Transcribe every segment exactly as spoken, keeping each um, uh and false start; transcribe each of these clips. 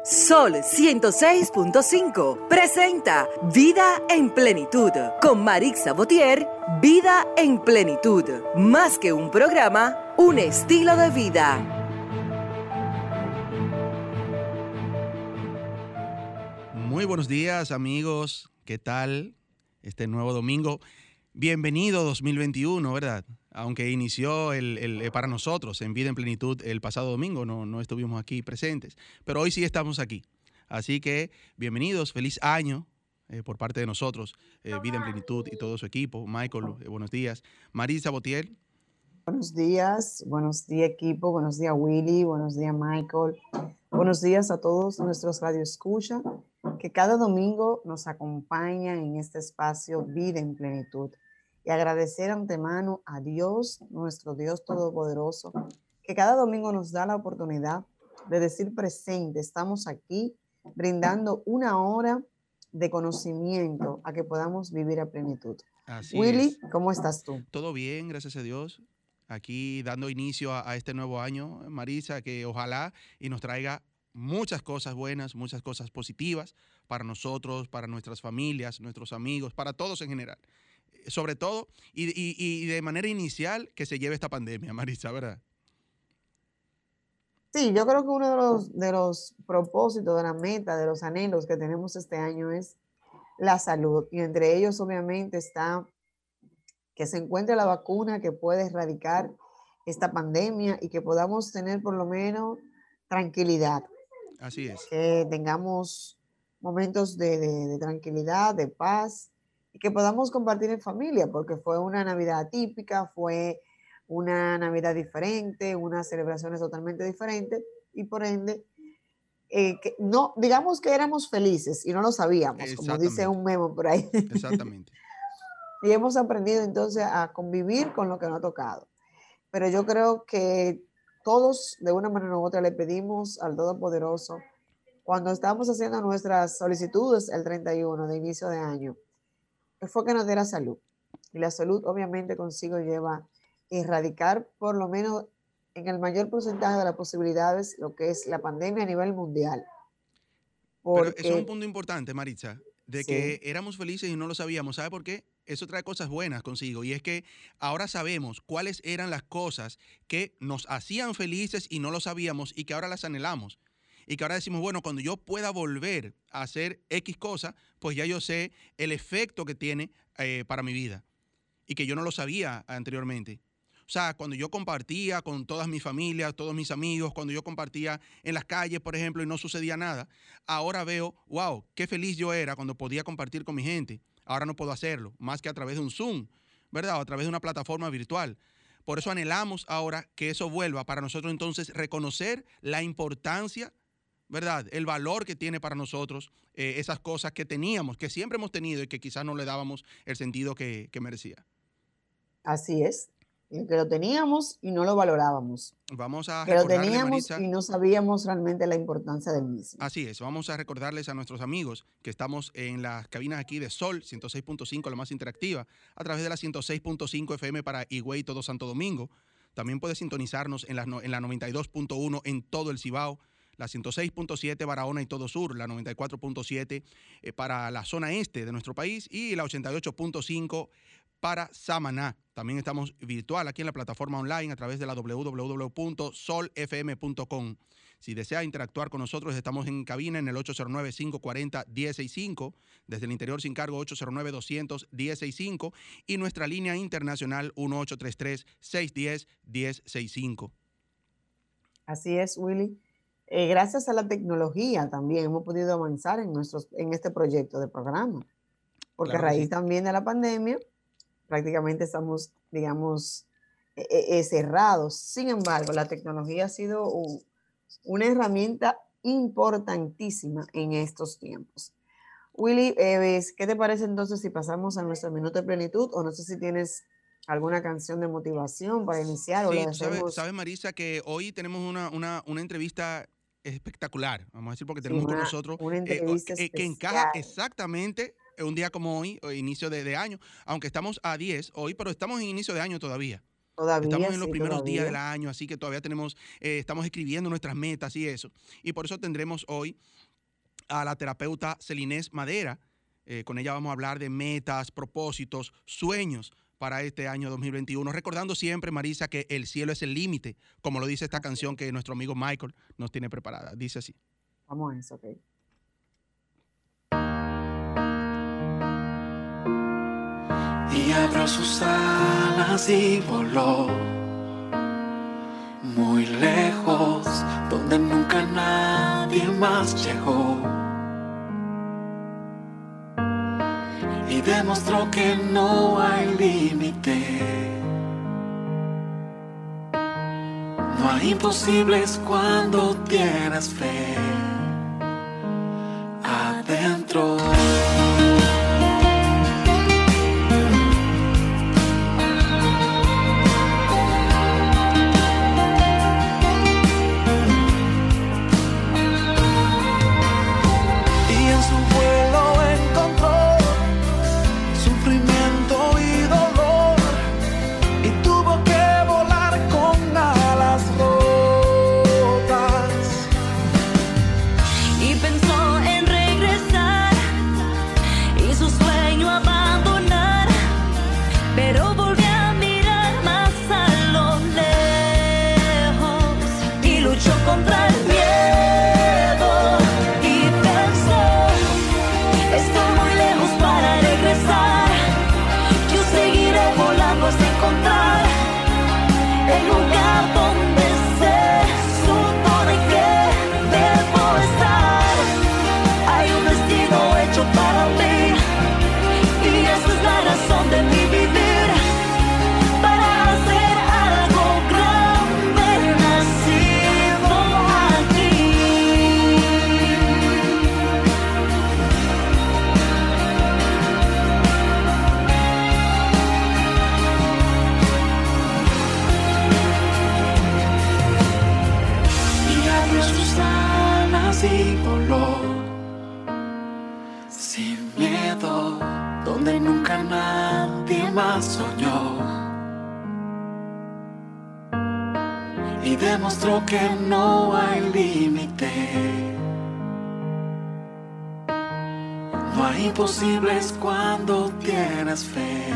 Sol ciento seis punto cinco presenta Vida en Plenitud con Marix Sabotier. Vida en Plenitud, más que un programa, un estilo de vida. Muy buenos días, amigos. ¿Qué tal este nuevo domingo? Bienvenido dos mil veintiuno, ¿verdad? Aunque inició el, el, para nosotros en Vida en Plenitud el pasado domingo, no, no estuvimos aquí presentes, pero hoy sí estamos aquí. Así que bienvenidos, feliz año eh, por parte de nosotros, eh, Vida en Plenitud y todo su equipo. Michael, eh, buenos días. Marix Sabotier. Buenos días, buenos días equipo, buenos días Willy, buenos días Michael, buenos días a todos nuestros radioescuchas que cada domingo nos acompañan en este espacio Vida en Plenitud. Y agradecer antemano a Dios, nuestro Dios Todopoderoso, que cada domingo nos da la oportunidad de decir presente. Estamos aquí brindando una hora de conocimiento a que podamos vivir a plenitud. Así Willy, es. ¿cómo estás tú? Todo bien, gracias a Dios. Aquí dando inicio a, a este nuevo año, Marisa, que ojalá y nos traiga muchas cosas buenas, muchas cosas positivas para nosotros, para nuestras familias, nuestros amigos, para todos en general. Sobre todo, y, y, y de manera inicial, que se lleve esta pandemia, Marisa, ¿verdad? Sí, yo creo que uno de los, de los propósitos, de la meta, de los anhelos que tenemos este año es la salud. Y entre ellos, obviamente, está que se encuentre la vacuna que puede erradicar esta pandemia y que podamos tener por lo menos tranquilidad. Así es. Que tengamos momentos de, de, de tranquilidad, de paz, y que podamos compartir en familia, porque fue una Navidad atípica, fue una Navidad diferente, unas celebraciones totalmente diferentes, y por ende, eh, que no, digamos que éramos felices y no lo sabíamos, como dice un memo por ahí. Exactamente. Y hemos aprendido entonces a convivir con lo que nos ha tocado. Pero yo creo que todos, de una manera u otra, le pedimos al Todopoderoso, cuando estábamos haciendo nuestras solicitudes el treinta y uno de inicio de año, fue que nos diera salud. Y la salud obviamente consigo lleva erradicar por lo menos en el mayor porcentaje de las posibilidades lo que es la pandemia a nivel mundial. Porque, Pero eso es un porque, punto importante, Maritza, de sí. que éramos felices y no lo sabíamos. ¿Sabe por qué? Eso trae cosas buenas consigo. Y es que ahora sabemos cuáles eran las cosas que nos hacían felices y no lo sabíamos y que ahora las anhelamos. Y que ahora decimos, bueno, cuando yo pueda volver a hacer X cosa, pues ya yo sé el efecto que tiene eh, para mi vida. Y que yo no lo sabía anteriormente. O sea, cuando yo compartía con todas mis familias, todos mis amigos, cuando yo compartía en las calles, por ejemplo, y no sucedía nada, ahora veo, wow, qué feliz yo era cuando podía compartir con mi gente. Ahora no puedo hacerlo, más que a través de un Zoom, ¿verdad? O a través de una plataforma virtual. Por eso anhelamos ahora que eso vuelva para nosotros entonces reconocer la importancia, ¿verdad? El valor que tiene para nosotros eh, esas cosas que teníamos, que siempre hemos tenido y que quizás no le dábamos el sentido que, que merecía. Así es, que lo teníamos y no lo valorábamos. Vamos a que lo recordarle, teníamos Maritza, y no sabíamos realmente la importancia del mismo. Así es, vamos a recordarles a nuestros amigos que estamos en las cabinas aquí de Sol ciento seis punto cinco, la más interactiva, a través de la ciento seis punto cinco F M para Higüey, todo Santo Domingo. También puede sintonizarnos en la, en la noventa y dos punto uno en todo el Cibao, la ciento seis punto siete Barahona y todo Sur, la noventa y cuatro punto siete eh, para la zona este de nuestro país y la ochenta y ocho punto cinco para Samaná. También estamos virtual aquí en la plataforma online a través de la doble u doble u doble u punto sol f m punto com. Si desea interactuar con nosotros, estamos en cabina en el ocho cero nueve, cinco cuatro cero, uno cero seis cinco, desde el interior sin cargo ocho cero nueve, dos cero cero, uno cero seis cinco y nuestra línea internacional uno ocho tres tres, seis uno cero, uno cero seis cinco. Así es, Willy. Eh, gracias a la tecnología también hemos podido avanzar en, nuestros, en este proyecto de programa, porque Claro a raíz sí. también de la pandemia prácticamente estamos, digamos, eh, eh, cerrados. Sin embargo, la tecnología ha sido un, una herramienta importantísima en estos tiempos. Willy, eh, ¿qué te parece entonces si pasamos a nuestro minuto de plenitud? O no sé si tienes alguna canción de motivación para iniciar. Sí, o le tú sabes, hacemos... sabes, Marisa, que hoy tenemos una, una, una entrevista espectacular, vamos a decir, porque Sí, tenemos con una, nosotros, una eh, entrevista eh, que encaja especial. exactamente un día como hoy, inicio de, de año, aunque estamos a diez hoy, pero estamos en inicio de año todavía. Todavía, Estamos en los sí, primeros días del todavía. año, así que todavía tenemos, eh, estamos escribiendo nuestras metas y eso. Y por eso tendremos hoy a la terapeuta Celinés Madera. Eh, con ella vamos a hablar de metas, propósitos, sueños para este año dos mil veintiuno. Recordando siempre, Marisa, que el cielo es el límite, como lo dice esta Así canción es. que nuestro amigo Michael nos tiene preparada. Dice así. Vamos a eso, ok. Y abrió sus alas y voló muy lejos, donde nunca nadie más llegó. Y demostró que no hay límite, no hay imposibles cuando tienes fe adentro. Y demostró que no hay límite, no hay imposibles cuando tienes fe.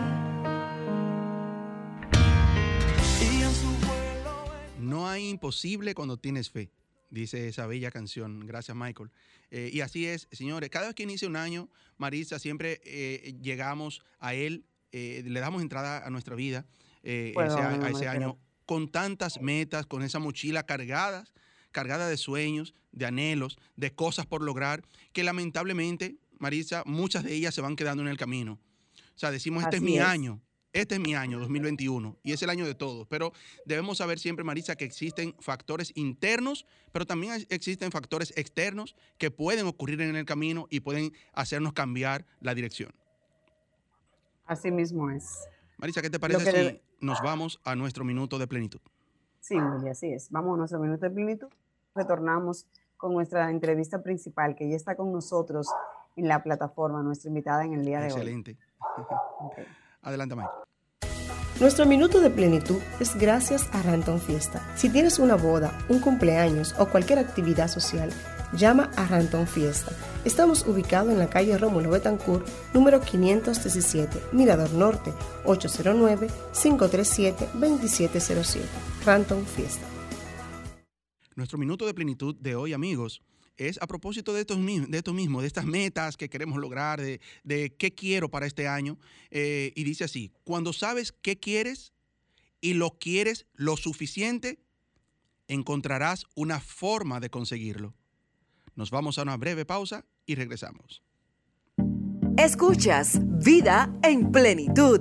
No hay imposible cuando tienes fe, dice esa bella canción. Gracias, Michael. Eh, y así es, señores, cada vez que inicia un año, Marisa, siempre eh, llegamos a él, eh, le damos entrada a nuestra vida, eh, Bueno, ese, no, no, a ese no, año, con tantas metas, con esa mochila cargada, cargada de sueños, de anhelos, de cosas por lograr, que lamentablemente, Marisa, muchas de ellas se van quedando en el camino. O sea, decimos, este Así es mi es. año, este es mi año, dos mil veintiuno, y es el año de todos. Pero debemos saber siempre, Marisa, que existen factores internos, pero también existen factores externos que pueden ocurrir en el camino y pueden hacernos cambiar la dirección. Así mismo es. Marisa, ¿qué te parece Lo que si debe... nos vamos a nuestro minuto de plenitud? Sí, Willy, así es. Vamos a nuestro minuto de plenitud. Retornamos con nuestra entrevista principal, que ya está con nosotros en la plataforma, nuestra invitada en el día de Excelente. hoy. Okay. Adelante, Mike. Nuestro minuto de plenitud es gracias a Ranton Fiesta. Si tienes una boda, un cumpleaños o cualquier actividad social, llama a Ranton Fiesta. Estamos ubicados en la calle Rómulo Betancourt, número quinientos diecisiete, Mirador Norte, ocho cero nueve, cinco tres siete, dos siete cero siete. Ranton Fiesta. Nuestro minuto de plenitud de hoy, amigos, es a propósito de esto mismo, de, esto mismo, de estas metas que queremos lograr, de, de qué quiero para este año. Eh, y dice así: cuando sabes qué quieres y lo quieres lo suficiente, encontrarás una forma de conseguirlo. Nos vamos a una breve pausa y regresamos. Escuchas Vida en Plenitud.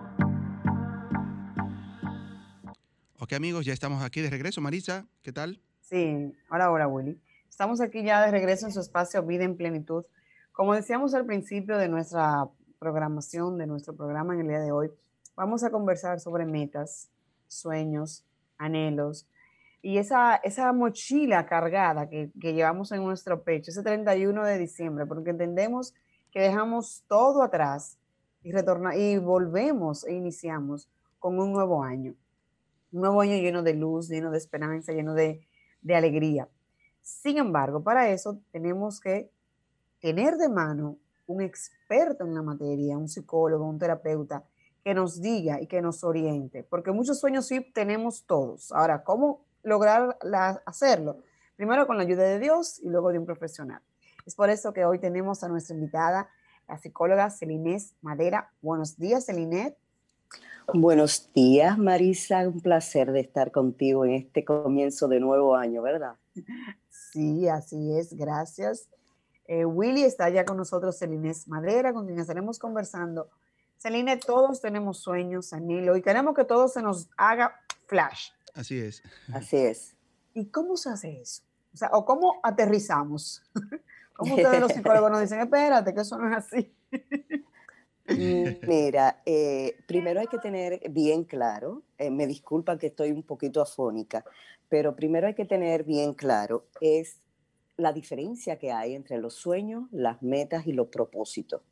Ok, amigos, ya estamos aquí de regreso. Marisa, ¿qué tal? Sí, hola, hola, Willy. Estamos aquí ya de regreso en su espacio Vida en Plenitud. Como decíamos al principio de nuestra programación, de nuestro programa en el día de hoy, vamos a conversar sobre metas, sueños, anhelos y esa, esa mochila cargada que, que llevamos en nuestro pecho, ese treinta y uno de diciembre, porque entendemos que dejamos todo atrás y, retorna, y volvemos e iniciamos con un nuevo año. Un nuevo año lleno de luz, lleno de esperanza, lleno de, de alegría. Sin embargo, para eso tenemos que tener de mano un experto en la materia, un psicólogo, un terapeuta, que nos diga y que nos oriente, porque muchos sueños sí tenemos todos. Ahora, ¿cómo lograr la, hacerlo? Primero con la ayuda de Dios y luego de un profesional. Es por eso que hoy tenemos a nuestra invitada, la psicóloga Celinés Madera. Buenos días, Celinés. Buenos días, Marisa. Un placer de estar contigo en este comienzo de nuevo año, ¿verdad? Sí, así es. Gracias. Eh, Willy está ya con nosotros, Celinés Madera, con quien estaremos conversando. Celine, todos tenemos sueños, anhelo, y queremos que todo se nos haga flash. Así es. Así es. ¿Y cómo se hace eso? O sea, ¿o cómo aterrizamos? ¿Cómo ustedes los psicólogos nos dicen, espérate, que eso no es así? Mira, eh, primero hay que tener bien claro, eh, me disculpa que estoy un poquito afónica, pero primero hay que tener bien claro es la diferencia que hay entre los sueños, las metas y los propósitos.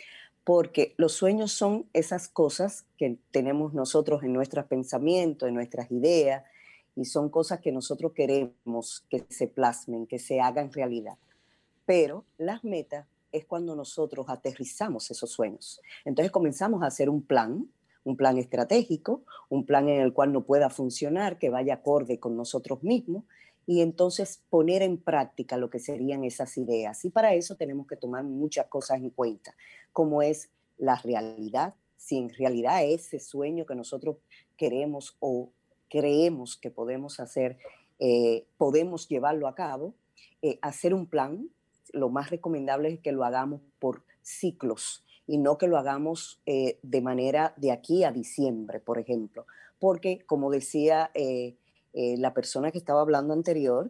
Porque los sueños son esas cosas que tenemos nosotros en nuestros pensamientos, en nuestras ideas, y son cosas que nosotros queremos que se plasmen, que se hagan realidad. Pero las metas es cuando nosotros aterrizamos esos sueños. Entonces comenzamos a hacer un plan, un plan estratégico, un plan en el cual no pueda funcionar, que vaya acorde con nosotros mismos, y entonces poner en práctica lo que serían esas ideas. Y para eso tenemos que tomar muchas cosas en cuenta, como es la realidad, si en realidad ese sueño que nosotros queremos o creemos que podemos hacer, eh, podemos llevarlo a cabo, eh, hacer un plan. Lo más recomendable es que lo hagamos por ciclos y no que lo hagamos eh, de manera de aquí a diciembre, por ejemplo, porque como decía eh, Eh, la persona que estaba hablando anterior,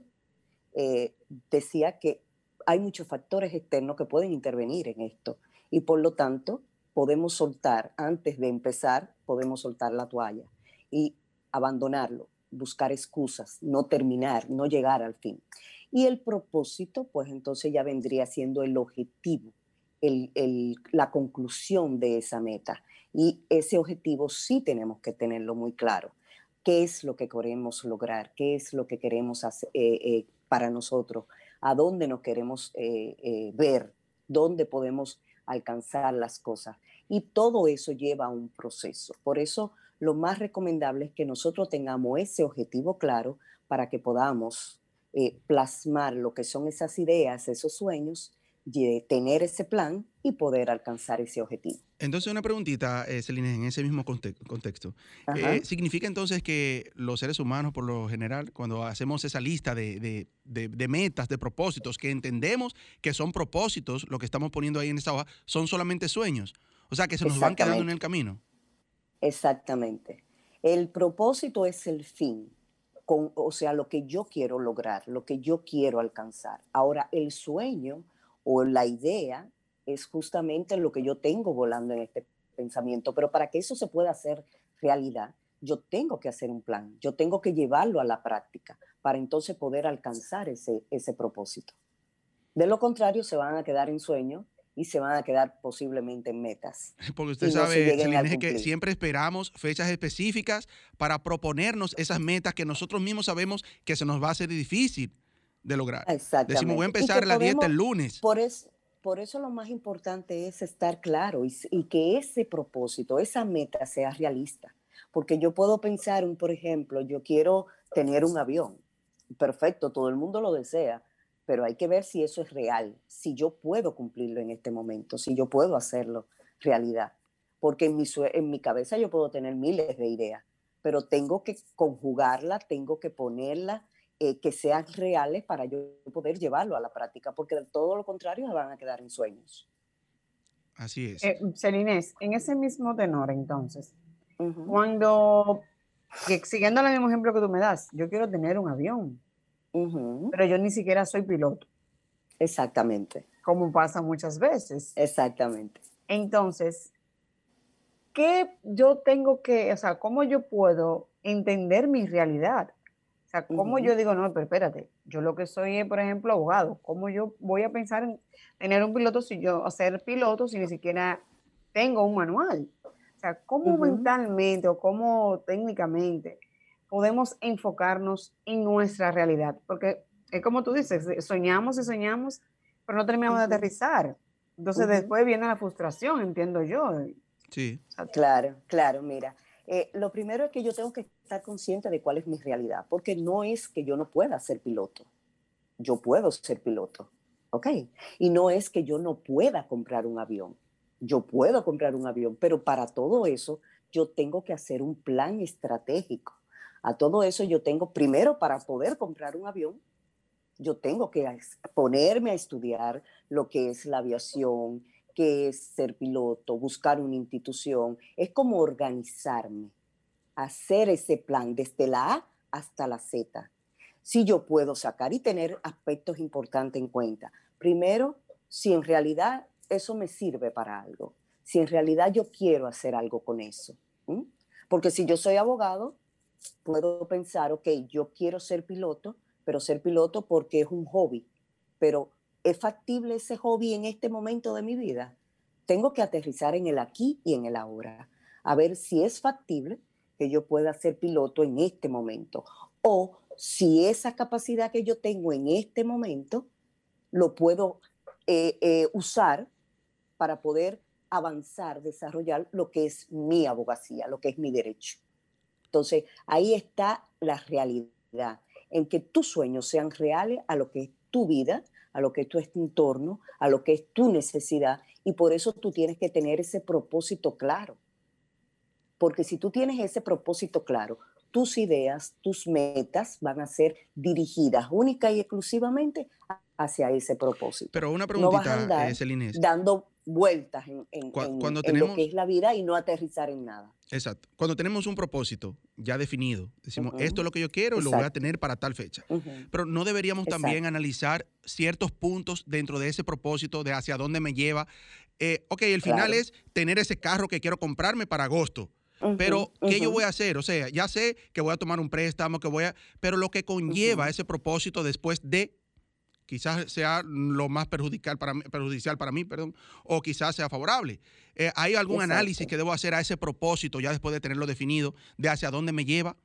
eh, decía que hay muchos factores externos que pueden intervenir en esto y por lo tanto podemos soltar, antes de empezar, podemos soltar la toalla y abandonarlo, buscar excusas, no terminar, no llegar al fin. Y el propósito, pues entonces ya vendría siendo el objetivo, el, el, la conclusión de esa meta. Y ese objetivo sí tenemos que tenerlo muy claro. ¿Qué es lo que queremos lograr? ¿Qué es lo que queremos hacer eh, eh, para nosotros? ¿A dónde nos queremos eh, eh, ver? ¿Dónde podemos alcanzar las cosas? Y todo eso lleva a un proceso. Por eso lo más recomendable es que nosotros tengamos ese objetivo claro para que podamos eh, plasmar lo que son esas ideas, esos sueños, de tener ese plan y poder alcanzar ese objetivo. Entonces, una preguntita, eh, Celine, en ese mismo conte contexto. Eh, ¿Significa entonces que los seres humanos, por lo general, cuando hacemos esa lista de, de, de, de metas, de propósitos, que entendemos que son propósitos, lo que estamos poniendo ahí en esta hoja, son solamente sueños? O sea, que se nos van quedando en el camino. Exactamente. El propósito es el fin, con, o sea, lo que yo quiero lograr, lo que yo quiero alcanzar. Ahora, el sueño o la idea es justamente lo que yo tengo volando en este pensamiento, pero para que eso se pueda hacer realidad, yo tengo que hacer un plan, yo tengo que llevarlo a la práctica para entonces poder alcanzar ese, ese propósito. De lo contrario, se van a quedar en sueños y se van a quedar posiblemente en metas. Porque usted sabe, Celine, que siempre esperamos fechas específicas para proponernos esas metas que nosotros mismos sabemos que se nos va a hacer difícil de lograr. Exactamente. Decimos, voy a empezar la dieta el lunes. Por eso, por eso lo más importante es estar claro y, y que ese propósito, esa meta sea realista. Porque yo puedo pensar, un, por ejemplo, yo quiero tener un avión. Perfecto, todo el mundo lo desea, pero hay que ver si eso es real, si yo puedo cumplirlo en este momento, si yo puedo hacerlo realidad. Porque en mi, en mi cabeza yo puedo tener miles de ideas, pero tengo que conjugarla, tengo que ponerla, Eh, que sean reales para yo poder llevarlo a la práctica, porque de todo lo contrario se van a quedar en sueños. Así es. Eh, Celinés, en ese mismo tenor entonces, uh-huh. cuando, que, siguiendo el mismo ejemplo que tú me das, yo quiero tener un avión, uh-huh. pero yo ni siquiera soy piloto. Exactamente. Como pasa muchas veces. Exactamente. Entonces, ¿qué yo tengo que, o sea, cómo yo puedo entender mi realidad? O sea, ¿cómo uh-huh. yo digo, no, pero espérate, yo lo que soy es, por ejemplo, abogado? ¿Cómo yo voy a pensar en tener un piloto si yo, o ser piloto si ni siquiera tengo un manual? O sea, cómo Ujú. mentalmente o cómo técnicamente podemos enfocarnos en nuestra realidad, porque es como tú dices, eh, soñamos y soñamos, pero no terminamos de Ujú. aterrizar. Entonces Ujú. después viene la frustración, entiendo yo. O Sí. sea, Claro, claro, mira. eh, lo primero es que yo tengo que estar consciente de cuál es mi realidad, porque no es que yo no pueda ser piloto. Yo puedo ser piloto, ¿ok? Y no es que yo no pueda comprar un avión. Yo puedo comprar un avión, pero para todo eso yo tengo que hacer un plan estratégico. A todo eso yo tengo, primero, para poder comprar un avión, yo tengo que as- ponerme a estudiar lo que es la aviación, qué es ser piloto, buscar una institución. Es como organizarme, hacer ese plan desde la A hasta la Z. Si yo puedo sacar y tener aspectos importantes en cuenta. Primero, si en realidad eso me sirve para algo, si en realidad yo quiero hacer algo con eso. ¿m? Porque si yo soy abogado, puedo pensar, ok, yo quiero ser piloto, pero ser piloto porque es un hobby. Pero ¿es factible ese hobby en este momento de mi vida? Tengo que aterrizar en el aquí y en el ahora, a ver si es factible que yo pueda ser piloto en este momento, o si esa capacidad que yo tengo en este momento lo puedo eh, eh, usar para poder avanzar, desarrollar lo que es mi abogacía, lo que es mi derecho. Entonces, ahí está la realidad, en que tus sueños sean reales a lo que es tu vida, a lo que es tu entorno, a lo que es tu necesidad, y por eso tú tienes que tener ese propósito claro. Porque si tú tienes ese propósito claro, tus ideas, tus metas van a ser dirigidas única y exclusivamente hacia ese propósito. Pero una No vas a preguntita, eh, andar Celinés. dando vueltas en, en- Cua- en- Cuando en lo que tenemos, es la vida y no aterrizar en nada. exacto, cuando tenemos un propósito ya definido, decimos, esto es Ujú. lo que yo quiero y lo voy a Exacto. tener para tal fecha. Ujú. Pero no deberíamos también Exacto. analizar ciertos puntos dentro de ese propósito, de hacia dónde me lleva. Eh, ok, el final Claro. es tener ese carro que quiero comprarme para agosto. Ujú, Pero, ¿qué yo ujú. voy a hacer? O sea, ya sé que voy a tomar un préstamo, que voy a... Pero lo que conlleva Ujú. ese propósito después de, quizás sea lo más perjudicial para mí, perjudicial para mí, perdón, o quizás sea favorable. Eh, ¿Hay algún análisis Exacto. que debo hacer a ese propósito ya después de tenerlo definido, de hacia dónde me lleva?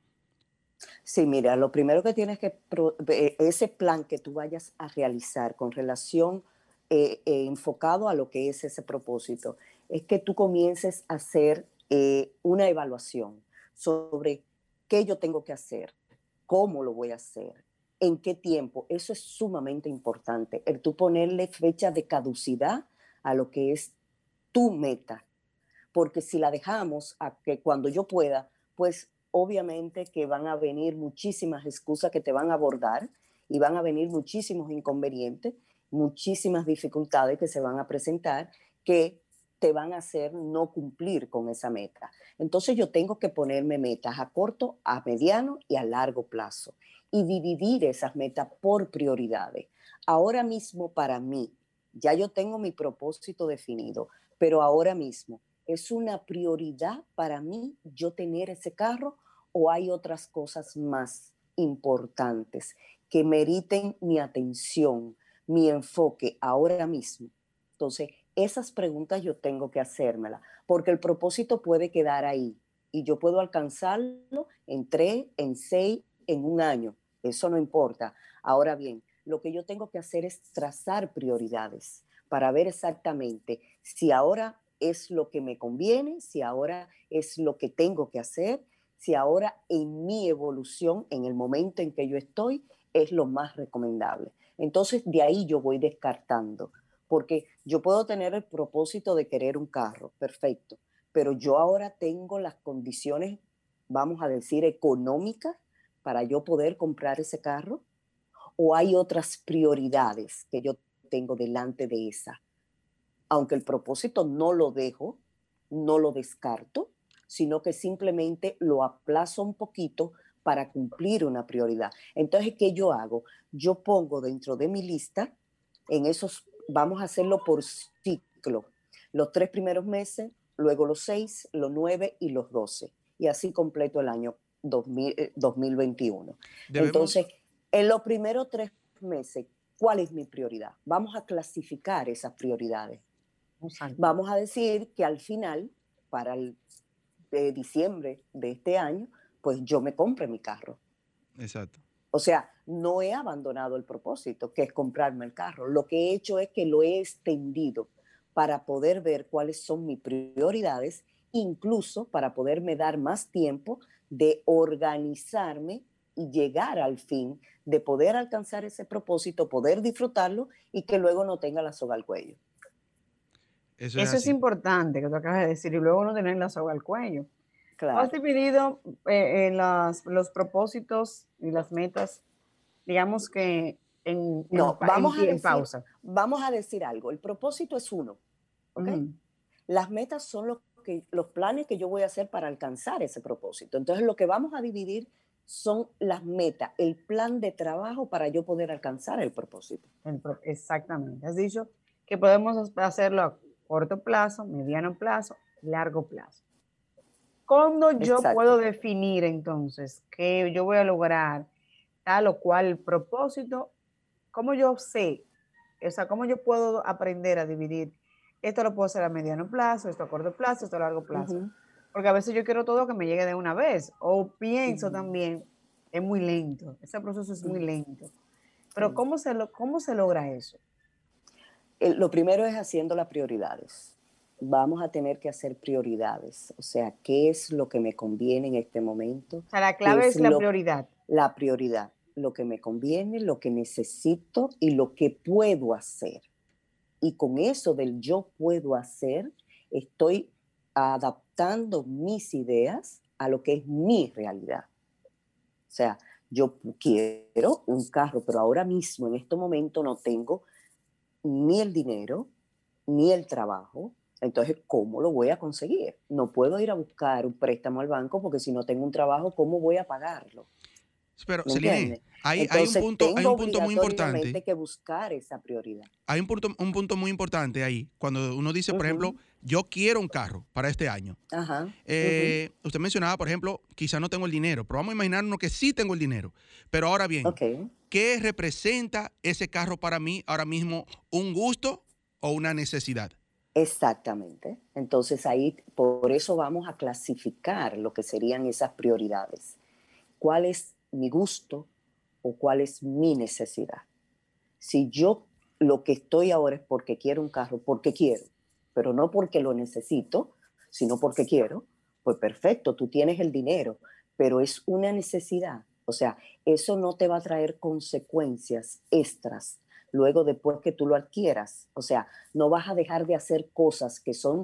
Sí, mira, lo primero que tienes que, pro- eh, ese plan que tú vayas a realizar con relación eh, eh, enfocado a lo que es ese propósito, es que tú comiences a hacer eh, una evaluación sobre qué yo tengo que hacer, cómo lo voy a hacer, en qué tiempo. Eso es sumamente importante, el tú ponerle fecha de caducidad a lo que es tu meta, porque si la dejamos a que cuando yo pueda, pues obviamente que van a venir muchísimas excusas que te van a abordar y van a venir muchísimos inconvenientes, muchísimas dificultades que se van a presentar que te van a hacer no cumplir con esa meta. Entonces yo tengo que ponerme metas a corto, a mediano y a largo plazo y dividir esas metas por prioridades. Ahora mismo para mí, ya yo tengo mi propósito definido, pero ahora mismo, ¿es una prioridad para mí yo tener ese carro o hay otras cosas más importantes que meriten mi atención, mi enfoque ahora mismo? Entonces, esas preguntas yo tengo que hacérmelas, porque el propósito puede quedar ahí y yo puedo alcanzarlo en tres, en seis, en un año. Eso no importa. Ahora bien, lo que yo tengo que hacer es trazar prioridades para ver exactamente si ahora es lo que me conviene, si ahora es lo que tengo que hacer, si ahora en mi evolución, en el momento en que yo estoy, es lo más recomendable. Entonces, de ahí yo voy descartando, porque yo puedo tener el propósito de querer un carro, perfecto, pero yo ahora tengo las condiciones, vamos a decir, económicas para yo poder comprar ese carro, o hay otras prioridades que yo tengo delante de esa. Aunque el propósito no lo dejo, no lo descarto, sino que simplemente lo aplazo un poquito para cumplir una prioridad. Entonces, ¿qué yo hago? Yo pongo dentro de mi lista, en esos, vamos a hacerlo por ciclo, los tres primeros meses, luego los seis, los nueve y los doce. Y así completo el año dos mil, eh, dos mil veintiuno. Debemos, Entonces, en los primeros tres meses, ¿cuál es mi prioridad? Vamos a clasificar esas prioridades. exacto. Vamos a decir que al final, para el de diciembre de este año, pues yo me compre mi carro. Exacto. O sea, no he abandonado el propósito, que es comprarme el carro. Lo que he hecho es que lo he extendido para poder ver cuáles son mis prioridades, incluso para poderme dar más tiempo de organizarme y llegar al fin de poder alcanzar ese propósito, poder disfrutarlo y que luego no tenga la soga al cuello. Eso es Eso es así. importante que tú acabas de decir, y luego no tener la soga al cuello. ¿Tú has Claro. dividido eh, en las- los propósitos y las metas, digamos que en, en, No, pa- en vamos a pie- en decir, pausa? vamos a decir algo. El propósito es uno, ¿ok? Ujú. Las metas son lo que, los planes que yo voy a hacer para alcanzar ese propósito. Entonces, lo que vamos a dividir son las metas, el plan de trabajo para yo poder alcanzar el propósito. El pro- exactamente. Has dicho que podemos hacerlo a corto plazo, mediano plazo, largo plazo. ¿Cómo yo puedo Exacto. definir entonces que yo voy a lograr tal o cual propósito? ¿Cómo yo sé? O sea, ¿cómo yo puedo aprender a dividir? Esto lo puedo hacer a mediano plazo, esto a corto plazo, esto a largo plazo. Ujú, Porque a veces yo quiero todo que me llegue de una vez. O pienso ujú, también, es muy lento. Ese proceso es muy ujú. lento. Pero Sí. ¿cómo se, lo, cómo se logra eso? El- lo primero es haciendo las prioridades. Vamos a tener que hacer prioridades. O sea, ¿qué es lo que me conviene en este momento? O sea, la ¿Qué clave es es la lo, prioridad. la prioridad? Lo que me conviene, lo que necesito y lo que puedo hacer. Y con eso del yo puedo hacer, estoy adaptando mis ideas a lo que es mi realidad. O sea, yo quiero un carro, pero ahora mismo, en este momento, no tengo ni el dinero, ni el trabajo. Entonces, ¿cómo lo voy a conseguir? No puedo ir a buscar un préstamo al banco porque si no tengo un trabajo, ¿cómo voy a pagarlo? Pero, ¿Me Celine, entiendes? hay, hay un Entonces, punto, hay tengo un punto muy importante. obligatoriamente que buscar esa prioridad. Hay un punto, un punto muy importante ahí. Cuando uno dice, por ejemplo, Ujú. yo quiero un carro para este año. Ajá. Ujú. Eh, usted mencionaba, por ejemplo, quizá no tengo el dinero, pero vamos a imaginarnos que sí tengo el dinero. Pero ahora bien, Ok. ¿qué representa ese carro para mí ahora mismo? ¿Un gusto o una necesidad? Exactamente. Entonces ahí, por eso vamos a clasificar lo que serían esas prioridades. ¿Cuál es mi gusto o cuál es mi necesidad? Si yo lo que estoy ahora es porque quiero un carro, porque quiero, pero no porque lo necesito, sino porque quiero, pues perfecto, tú tienes el dinero, pero es una necesidad. O sea, eso no te va a traer consecuencias extras luego después que tú lo adquieras. O sea, no vas a dejar de hacer cosas que son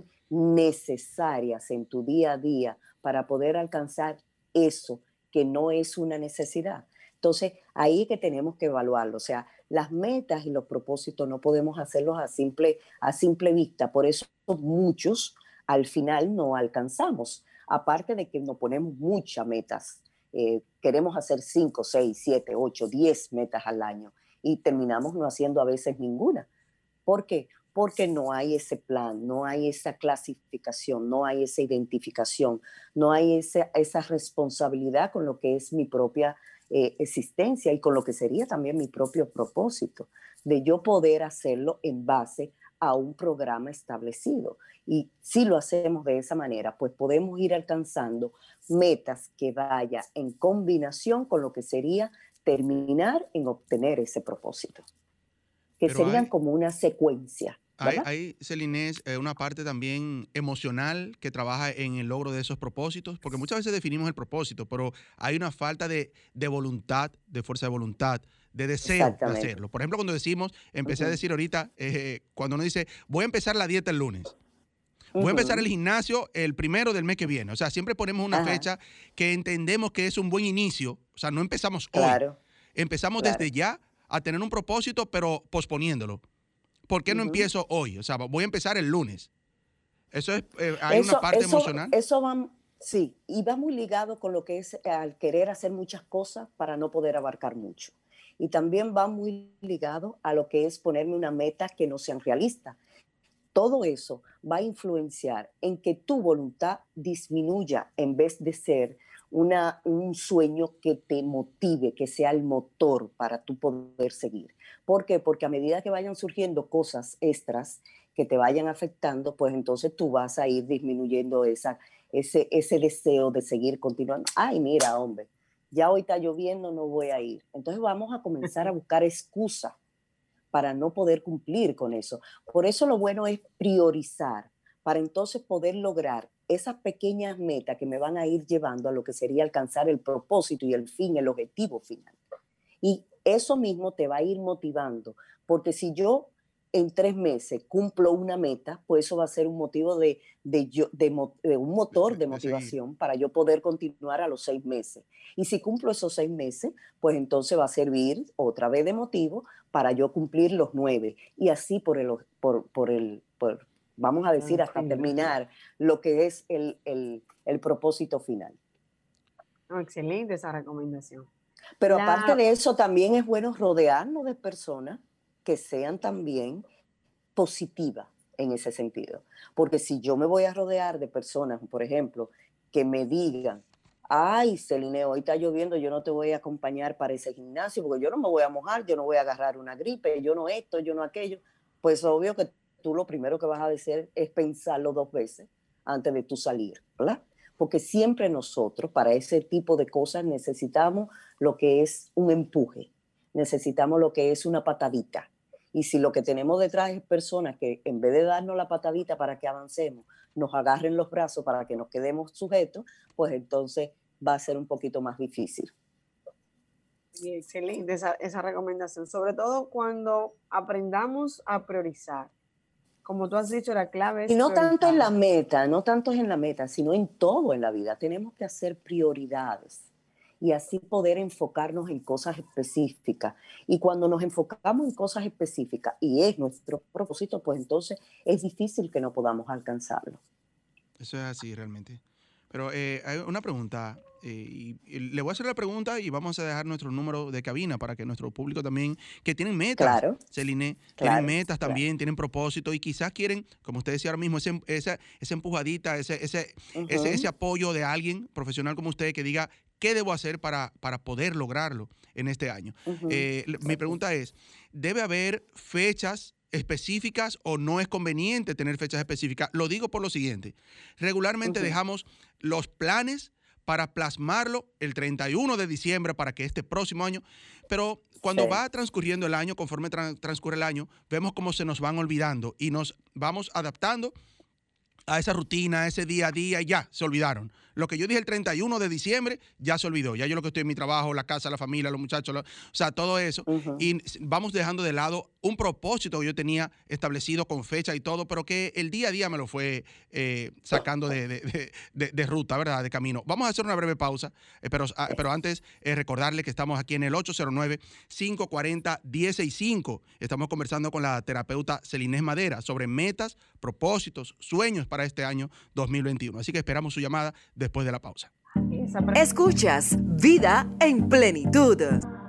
necesarias en tu día a día para poder alcanzar eso que no es una necesidad. Entonces, ahí es que tenemos que evaluarlo. O sea, las metas y los propósitos no podemos hacerlos a simple, a simple vista. Por eso muchos al final no alcanzamos. Aparte de que nos ponemos muchas metas. Eh, queremos hacer cinco, seis, siete, ocho, diez metas al año y terminamos no haciendo a veces ninguna. ¿Por qué? Porque no hay ese plan, no hay esa clasificación, no hay esa identificación, no hay esa, esa responsabilidad con lo que es mi propia eh, existencia y con lo que sería también mi propio propósito, de yo poder hacerlo en base a un programa establecido. Y si lo hacemos de esa manera, pues podemos ir alcanzando metas que vayan en combinación con lo que sería terminar en obtener ese propósito, que Pero serían hay, como una secuencia, hay, ¿verdad? hay Celine, eh, una parte también emocional que trabaja en el logro de esos propósitos, porque muchas veces definimos el propósito, pero hay una falta de, de voluntad, de fuerza de voluntad, de deseo de Exactamente. hacerlo. Por ejemplo, cuando decimos, empecé a Ujú, decir ahorita, eh, cuando uno dice, voy a empezar la dieta el lunes. Voy a empezar el ujú. gimnasio el primero del mes que viene. O sea, siempre ponemos una Ajá, fecha que entendemos que es un buen inicio. O sea, no empezamos hoy. claro, Empezamos claro. desde ya a tener un propósito, pero posponiéndolo. ¿Por qué no Ujú. empiezo hoy? O sea, voy a empezar el lunes. Eso es, eh, hay una Eso, parte eso, emocional. eso va, sí, y va muy ligado con lo que es eh, al querer hacer muchas cosas para no poder abarcar mucho. Y también va muy ligado a lo que es ponerme una meta que no sean realistas. Todo eso va a influenciar en que tu voluntad disminuya en vez de ser una, un sueño que te motive, que sea el motor para tú poder seguir. ¿Por qué? Porque a medida que vayan surgiendo cosas extras que te vayan afectando, pues entonces tú vas a ir disminuyendo esa, ese, ese deseo de seguir continuando. Ay, mira, hombre, ya hoy está lloviendo, no voy a ir. Entonces vamos a comenzar a buscar excusas para no poder cumplir con eso. Por eso lo bueno es priorizar, para entonces poder lograr esas pequeñas metas que me van a ir llevando a lo que sería alcanzar el propósito y el fin, el objetivo final. Y eso mismo te va a ir motivando, porque si yo en tres meses cumplo una meta, pues eso va a ser un motivo de, de, yo, de, de un motor de motivación para yo poder continuar a los seis meses. Y si cumplo esos seis meses, pues entonces va a servir otra vez de motivo para yo cumplir los nueve. Y así por el, por, por el por, vamos a decir, hasta terminar lo que es el, el, el propósito final. Oh, excelente esa recomendación. Pero La... aparte de eso, también es bueno rodearnos de personas que sean también positivas en ese sentido. Porque si yo me voy a rodear de personas, por ejemplo, que me digan, ay, Celine, hoy está lloviendo, yo no te voy a acompañar para ese gimnasio porque yo no me voy a mojar, yo no voy a agarrar una gripe, yo no esto, yo no aquello, pues obvio que tú lo primero que vas a hacer es pensarlo dos veces antes de tú salir, ¿verdad? Porque siempre nosotros, para ese tipo de cosas, necesitamos lo que es un empuje, necesitamos lo que es una patadita. Y si lo que tenemos detrás es personas que en vez de darnos la patadita para que avancemos, nos agarren los brazos para que nos quedemos sujetos, pues entonces va a ser un poquito más difícil. Excelente esa, esa recomendación, sobre todo cuando aprendamos a priorizar. Como tú has dicho, la clave es y no priorizar. tanto en la meta, no tanto en la meta, sino en todo en la vida. Tenemos que hacer prioridades y así poder enfocarnos en cosas específicas. Y cuando nos enfocamos en cosas específicas y es nuestro propósito, pues entonces es difícil que no podamos alcanzarlo. Eso es así realmente. Pero eh, hay una pregunta, eh, y, y le voy a hacer la pregunta y vamos a dejar nuestro número de cabina para que nuestro público también, que tienen metas, claro, Celine, claro, tienen metas claro. también, tienen propósito y quizás quieren, como usted decía ahora mismo, ese, esa, esa empujadita, ese, ese, uh-huh. ese, ese apoyo de alguien profesional como usted que diga, ¿qué debo hacer para, para poder lograrlo en este año? Uh-huh. Eh, mi pregunta es, ¿debe haber fechas específicas o no es conveniente tener fechas específicas? Lo digo por lo siguiente. Regularmente uh-huh. dejamos los planes para plasmarlo el treinta y uno de diciembre para que este próximo año, pero cuando sí. va transcurriendo el año, conforme tra- transcurre el año, vemos cómo se nos van olvidando y nos vamos adaptando a esa rutina, a ese día a día, y ya, se olvidaron. Lo que yo dije el treinta y uno de diciembre, ya se olvidó. Ya yo lo que estoy en mi trabajo, la casa, la familia, los muchachos, lo, o sea, todo eso. Uh-huh. Y vamos dejando de lado un propósito que yo tenía establecido con fecha y todo, pero que el día a día me lo fue eh, sacando de, de, de, de, de ruta, ¿verdad? De camino. Vamos a hacer una breve pausa, eh, pero, ah, pero antes eh, recordarle que estamos aquí en el ocho cero nueve, cinco cuatro cero, uno cero seis cinco. Estamos conversando con la terapeuta Celine Madera sobre metas, propósitos, sueños para este año dos mil veintiuno. Así que esperamos su llamada después de la pausa. Escuchas Vida en Plenitud.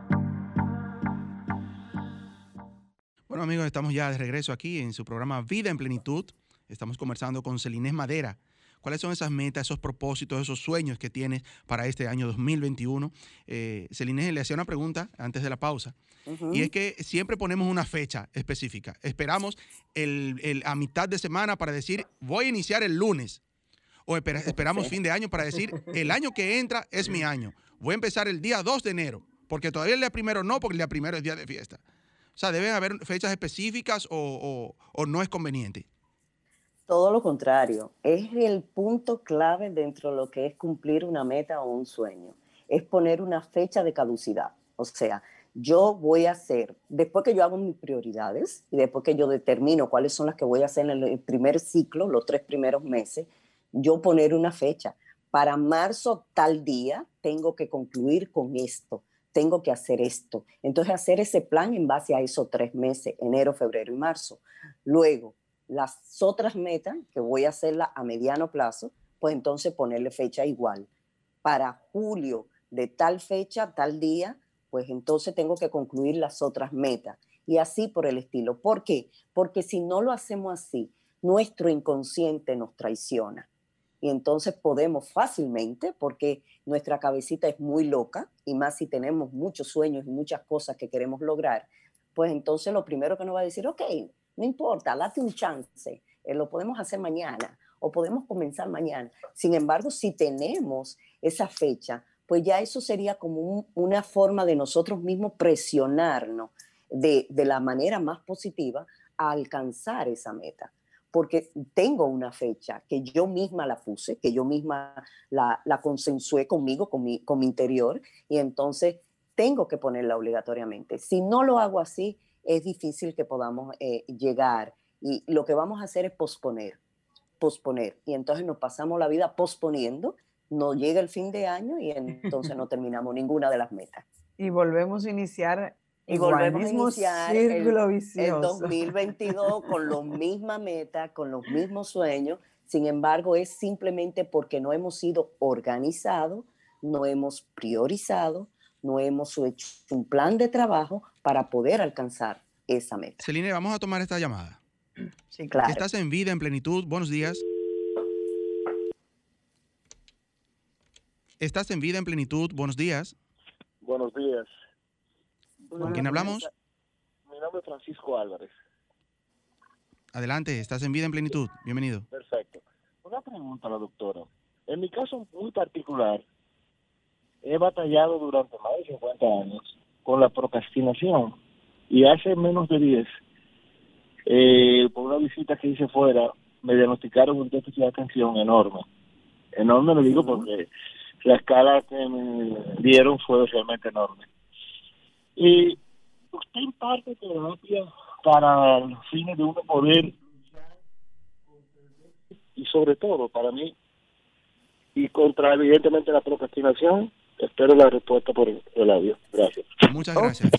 Bueno, amigos, estamos ya de regreso aquí en su programa Vida en Plenitud. Estamos conversando con Celine Madera. ¿Cuáles son esas metas, esos propósitos, esos sueños que tienes para este año dos mil veintiuno? Eh, Celine, le hacía una pregunta antes de la pausa. Uh-huh. Y es que siempre ponemos una fecha específica. Esperamos el, el, a mitad de semana para decir, voy a iniciar el lunes. O espera, esperamos sí. fin de año para decir, el año que entra es mi año. Voy a empezar el día dos de enero. Porque todavía el día primero no, porque el día primero es día de fiesta. O sea, ¿deben haber fechas específicas o, o, o no es conveniente? Todo lo contrario. Es el punto clave dentro de lo que es cumplir una meta o un sueño. Es poner una fecha de caducidad. O sea, yo voy a hacer, después que yo hago mis prioridades y después que yo determino cuáles son las que voy a hacer en el primer ciclo, los tres primeros meses, yo poner una fecha. Para marzo tal día tengo que concluir con esto. Tengo que hacer esto. Entonces, hacer ese plan en base a esos tres meses, enero, febrero y marzo. Luego, las otras metas, que voy a hacerlas a mediano plazo, pues entonces ponerle fecha igual. Para julio, de tal fecha, tal día, pues entonces tengo que concluir las otras metas. Y así por el estilo. ¿Por qué? Porque si no lo hacemos así, nuestro inconsciente nos traiciona. Y entonces podemos fácilmente, porque nuestra cabecita es muy loca, y más si tenemos muchos sueños y muchas cosas que queremos lograr, pues entonces lo primero que nos va a decir, ok, no importa, date un chance, eh, lo podemos hacer mañana, o podemos comenzar mañana. Sin embargo, si tenemos esa fecha, pues ya eso sería como un, una forma de nosotros mismos presionarnos de, de la manera más positiva a alcanzar esa meta. Porque tengo una fecha que yo misma la puse, que yo misma la, la consensué conmigo, con mi, con mi interior, y entonces tengo que ponerla obligatoriamente. Si no lo hago así, es difícil que podamos eh, llegar, y lo que vamos a hacer es posponer, posponer, y entonces nos pasamos la vida posponiendo, no llega el fin de año y entonces no terminamos ninguna de las metas. Y volvemos a iniciar Y igual, volvemos a mismo iniciar círculo el, el vicioso. dos mil veintidós con la misma meta, con los mismos sueños. Sin embargo, es simplemente porque no hemos sido organizados, no hemos priorizado, no hemos hecho un plan de trabajo para poder alcanzar esa meta. Celine, vamos a tomar esta llamada. Sí, claro. Estás en Vida en Plenitud. Buenos días. Estás en Vida en Plenitud. Buenos días. Buenos días. ¿Con quién hablamos? Mi nombre es Francisco Álvarez. Adelante, estás en Vida en Plenitud. Bienvenido. Perfecto. Una pregunta a la doctora. En mi caso muy particular, he batallado durante más de cincuenta años con la procrastinación. Y hace menos de diez, eh, por una visita que hice fuera, me diagnosticaron un déficit de atención enorme. Enorme lo digo porque la escala que me dieron fue realmente enorme. Y usted imparte terapia para los fines de uno poder, y sobre todo para mí, y contra evidentemente la procrastinación. Espero la respuesta por el, el audio. Gracias. Muchas gracias.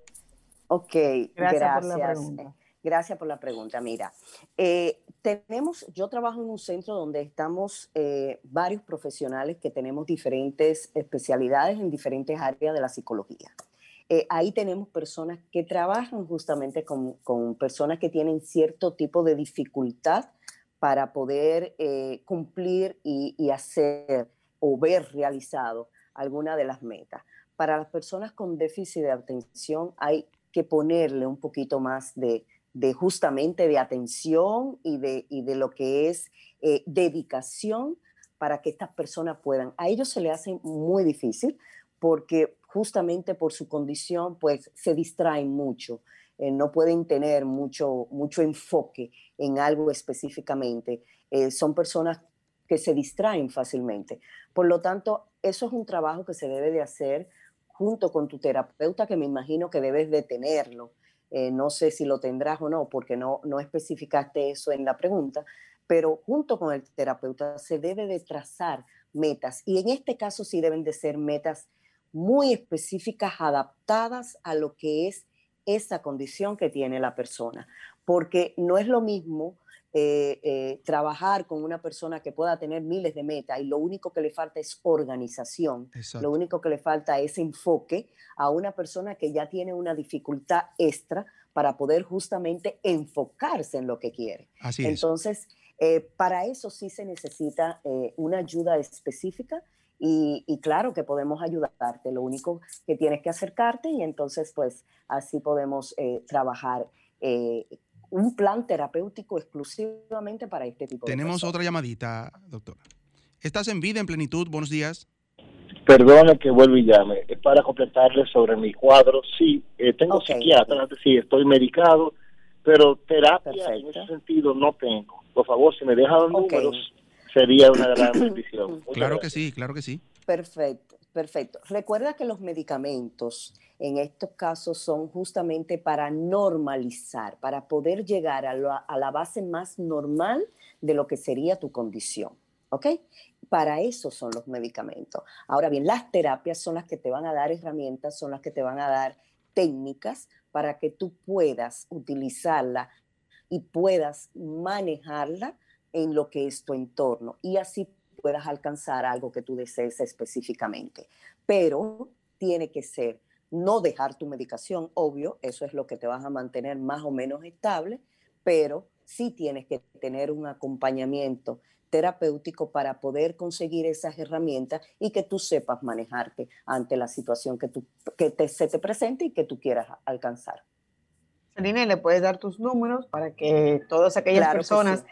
Ok, Gracias, gracias. por la pregunta. Gracias por la pregunta. Mira, eh, tenemos, yo trabajo en un centro donde estamos eh, varios profesionales que tenemos diferentes especialidades en diferentes áreas de la psicología. Eh, ahí tenemos personas que trabajan justamente con, con personas que tienen cierto tipo de dificultad para poder eh, cumplir y, y hacer o ver realizado alguna de las metas. Para las personas con déficit de atención hay que ponerle un poquito más de, de justamente de atención y de, y de lo que es eh, dedicación para que estas personas puedan. A ellos se les hace muy difícil porque justamente por su condición pues se distraen mucho, eh, no pueden tener mucho, mucho enfoque en algo específicamente. Eh, son personas que se distraen fácilmente. Por lo tanto, eso es un trabajo que se debe de hacer junto con tu terapeuta, que me imagino que debes de tenerlo. Eh, no sé si lo tendrás o no, porque no, no especificaste eso en la pregunta, pero junto con el terapeuta se debe de trazar metas. Y en este caso sí deben de ser metas muy específicas, adaptadas a lo que es esa condición que tiene la persona. Porque no es lo mismo Eh, eh, trabajar con una persona que pueda tener miles de metas y lo único que le falta es organización, Exacto. lo único que le falta es enfoque, a una persona que ya tiene una dificultad extra para poder justamente enfocarse en lo que quiere. Así es. Entonces, eh, para eso sí se necesita eh, una ayuda específica y, y claro que podemos ayudarte, lo único que tienes que acercarte y entonces pues así podemos eh, trabajar eh, un plan terapéutico exclusivamente para este tipo de Tenemos personas. otra llamadita, doctora. Estás en Vida en Plenitud. Buenos días. Perdone que vuelva y llame. Es para completarle sobre mi cuadro. Sí, eh, tengo Okay, psiquiatra, okay. sí, estoy medicado, pero terapia Perfecto. en ese sentido no tengo. Por favor, si me dejan los Okay. números, sería una gran bendición. Muchas Claro que gracias. sí, claro que sí. Perfecto, perfecto. Recuerda que los medicamentos en estos casos son justamente para normalizar, para poder llegar a la, a la base más normal de lo que sería tu condición, ¿ok? Para eso son los medicamentos. Ahora bien, las terapias son las que te van a dar herramientas, son las que te van a dar técnicas para que tú puedas utilizarla y puedas manejarla en lo que es tu entorno y así puedas alcanzar algo que tú desees específicamente. Pero tiene que ser no dejar tu medicación, obvio, eso es lo que te vas a mantener más o menos estable, pero sí tienes que tener un acompañamiento terapéutico para poder conseguir esas herramientas y que tú sepas manejarte ante la situación que, tú, que te, se te presente y que tú quieras alcanzar. Celine, ¿le puedes dar tus números para que todas aquellas Claro que personas sí.